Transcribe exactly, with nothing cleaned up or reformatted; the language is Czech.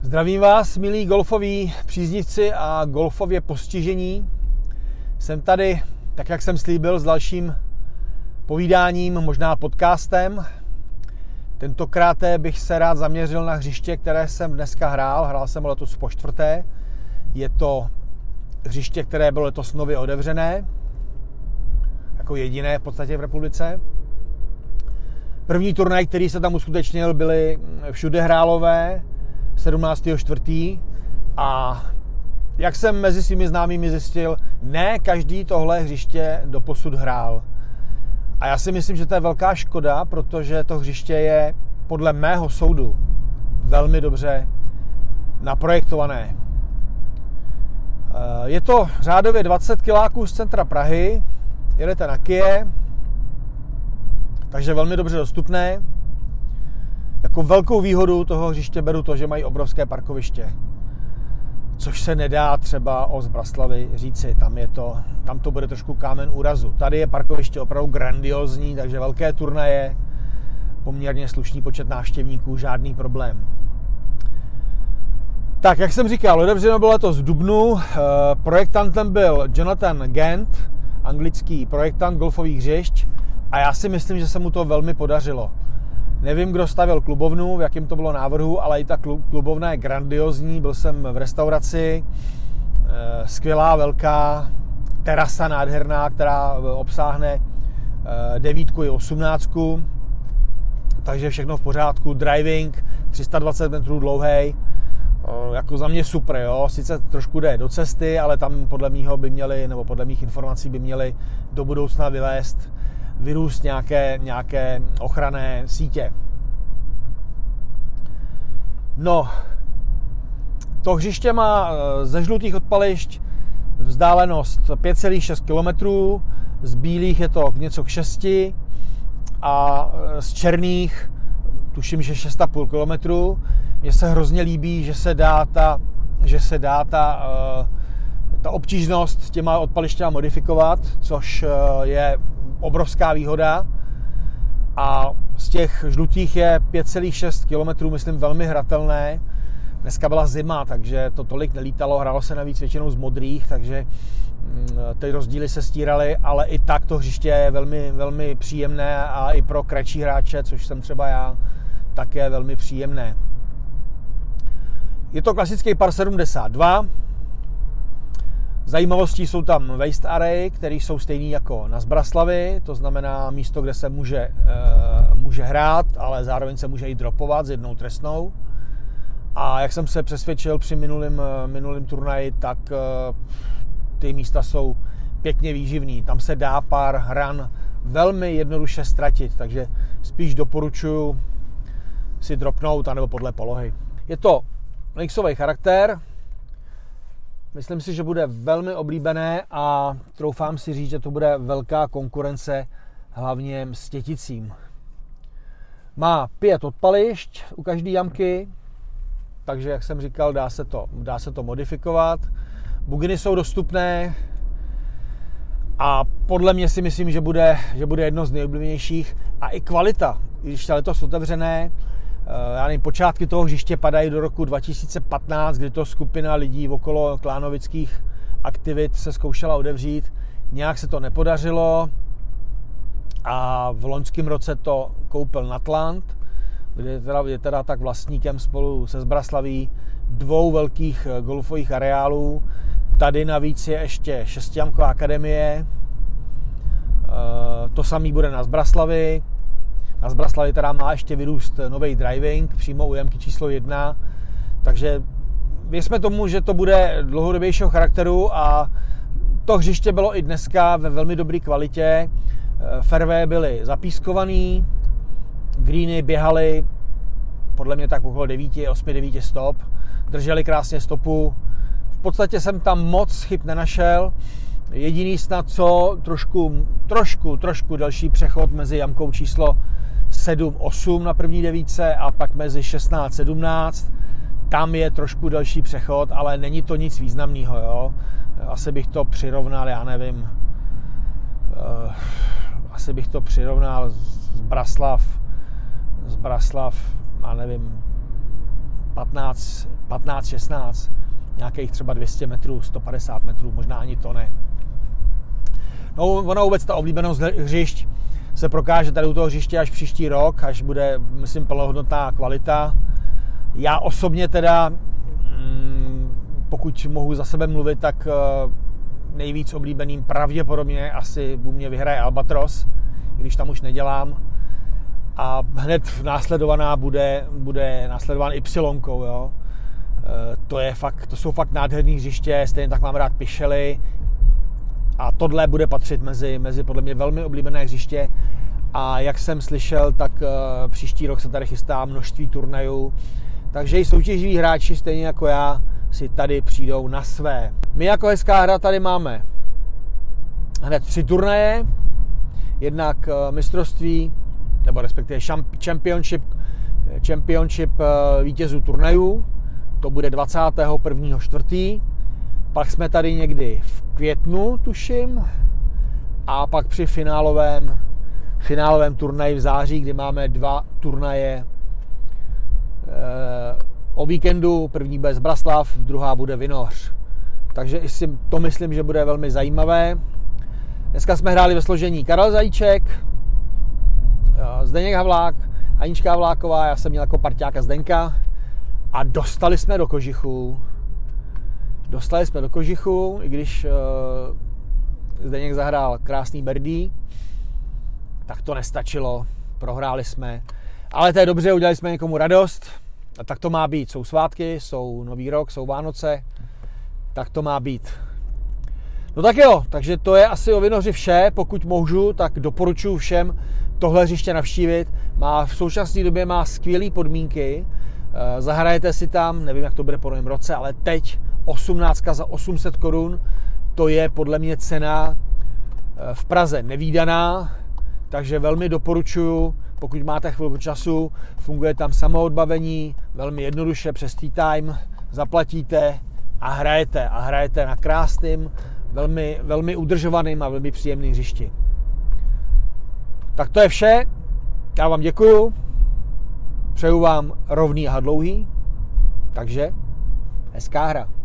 Zdravím vás, milí golfoví příznivci a golfově postižení. Jsem tady, tak jak jsem slíbil, s dalším povídáním, možná podcastem. Tentokrát bych se rád zaměřil na hřiště, které jsem dneska hrál. Hrál jsem letos po čtvrté. Je to hřiště, které bylo letos nově otevřené. Jako jediné v podstatě v republice. První turnaj, který se tam uskutečnil, byly všude hrálové. sedmnáctého čtvrtého a jak jsem mezi svými známými zjistil, ne každý tohle hřiště doposud hrál. A já si myslím, že to je velká škoda, protože to hřiště je podle mého soudu velmi dobře naprojektované. Je to řádově dvacet kiláků z centra Prahy, jedete na Kyje, takže velmi dobře dostupné. Jako velkou výhodu toho hřiště beru to, že mají obrovské parkoviště. Což se nedá třeba o Zbraslavy říci. Tam, je to, tam to bude trošku kámen úrazu. Tady je parkoviště opravdu grandiozní, takže velké turnaje, poměrně slušný počet návštěvníků, žádný problém. Tak, jak jsem říkal, otevřeno bylo letos v dubnu. Projektantem byl Jonathan Gant, anglický projektant golfových hřišť, a já si myslím, že se mu to velmi podařilo. Nevím, kdo stavěl klubovnu, v jakém to bylo návrhu, ale i ta klubovna je grandiozní. Byl jsem v restauraci, skvělá, velká, terasa nádherná, která obsáhne devítku i osmnáctku. Takže všechno v pořádku. Driving, tři sta dvacet metrů dlouhý. Jako za mě super, jo. Sice trošku jde do cesty, ale tam podle mýho by měli, nebo podle mých informací by měli do budoucna vylézt vyrůst nějaké, nějaké ochranné sítě. No, to hřiště má ze žlutých odpališť vzdálenost pět celá šest kilometrů, z bílých je to něco k šesti a z černých tuším, že šest celá pět kilometrů. Mně se hrozně líbí, že se dá ta, že se dá ta, ta obtížnost těma odpalištěma modifikovat, což je obrovská výhoda, a z těch žlutých je pět celá šest kilometrů, myslím, velmi hratelné. Dneska byla zima, takže to tolik nelítalo, hrálo se navíc většinou z modrých, takže ty rozdíly se stíraly, ale i tak to hřiště je velmi, velmi příjemné a i pro kratší hráče, což jsem třeba já, také velmi příjemné. Je to klasický par sedmdesát dva. Zajímavostí jsou tam waste array, které jsou stejný jako na Zbraslavy, to znamená místo, kde se může, e, může hrát, ale zároveň se může i dropovat s jednou trestnou. A jak jsem se přesvědčil při minulém, minulém turnaji, tak e, ty místa jsou pěkně výživný. Tam se dá pár run velmi jednoduše ztratit, takže spíš doporučuji si dropnout, anebo podle polohy. Je to linksový charakter. Myslím si, že bude velmi oblíbené a troufám si říct, že to bude velká konkurence hlavně s těticím. Má pět odpališť u každé jamky, takže jak jsem říkal, dá se to, dá se to modifikovat. Buginy jsou dostupné a podle mě si myslím, že bude, že bude jedno z nejoblíbenějších. A i kvalita, když je letos otevřené, já nevím, počátky toho hřiště padají do roku dva tisíce patnáct, kdy to skupina lidí okolo klánovických aktivit se zkoušela otevřít. Nějak se to nepodařilo a v loňském roce to koupil Natland, kde je teda, je teda tak vlastníkem spolu se Zbraslaví dvou velkých golfových areálů. Tady navíc je ještě šestijamková akademie. To samý bude na Zbraslavy. Na Zbraslavě teda má ještě vyrůst nový driving přímo u jamky číslo jedna, takže věřme tomu, že to bude dlouhodobějšího charakteru a to hřiště bylo i dneska ve velmi dobré kvalitě. Fairway byly zapískovaný, greeny běhaly podle mě tak okolo devět, osm, devět stop, drželi krásně stopu. V podstatě jsem tam moc chyb nenašel. Jediný snad co, trošku, trošku, trošku další přechod mezi jamkou číslo sedm osm na první devítce a pak mezi šestnáct sedmnáct. Tam je trošku další přechod, ale není to nic významného, jo. Asi bych to přirovnal, já nevím, uh, asi bych to přirovnal z Braslav, z Braslav, já nevím, patnáct šestnáct, nějakých třeba dvě stě metrů, sto padesát metrů, možná ani to ne. No, ono vůbec ta oblíbenost hřišť se prokáže tady u toho hřiště až příští rok, až bude, myslím, plnohodnotná kvalita. Já osobně teda, pokud mohu za sebe mluvit, tak nejvíc oblíbeným pravděpodobně asi u mě vyhraje Albatros, když tam už nedělám. A hned následovaná bude, bude následován Y, jo. To, je fakt, to jsou fakt nádherný hřiště, stejně tak mám rád Pišely. A tohle bude patřit mezi, mezi podle mě velmi oblíbené hřiště. A jak jsem slyšel, tak uh, příští rok se tady chystá množství turnajů. Takže i soutěživí hráči, stejně jako já, si tady přijdou na své. My jako Hezká hra tady máme hned tři turnaje. Jednak uh, mistrovství, nebo respektive championship, championship uh, vítězů turnajů. To bude dvacátého prvního čtvrtého Pak jsme tady někdy v květnu, tuším. A pak při finálovém, finálovém turnaji v září, kdy máme dva turnaje e, o víkendu. První bude Zbraslav, druhá bude Vinohř. Takže si to myslím, že bude velmi zajímavé. Dneska jsme hráli ve složení Karel Zajíček, Zdeněk Havlák, Anička Havláková, já jsem měl jako parťáka Zdenka a dostali jsme do kožichů. Dostali jsme do kožichu, i když uh, Zdeněk zahrál krásný birdie, tak to nestačilo, prohráli jsme. Ale to je dobře, udělali jsme někomu radost, a tak to má být. Jsou svátky, jsou Nový rok, jsou Vánoce, tak to má být. No tak jo, takže to je asi o Vinohři vše. Pokud můžu, tak doporučuji všem tohle hřiště navštívit. Má, v současné době má skvělé podmínky. Zahrajete si tam, nevím, jak to bude po novém roce, ale teď osmnáctka za osm set korun, to je podle mě cena v Praze nevídaná, takže velmi doporučuji, pokud máte chvilku času, funguje tam samoodbavení, velmi jednoduše přes Tee Time, zaplatíte a hrajete. A hrajete na krásným, velmi, velmi udržovaným a velmi příjemným hřišti. Tak to je vše, já vám děkuju, přeju vám rovný a dlouhý, takže hezká hra.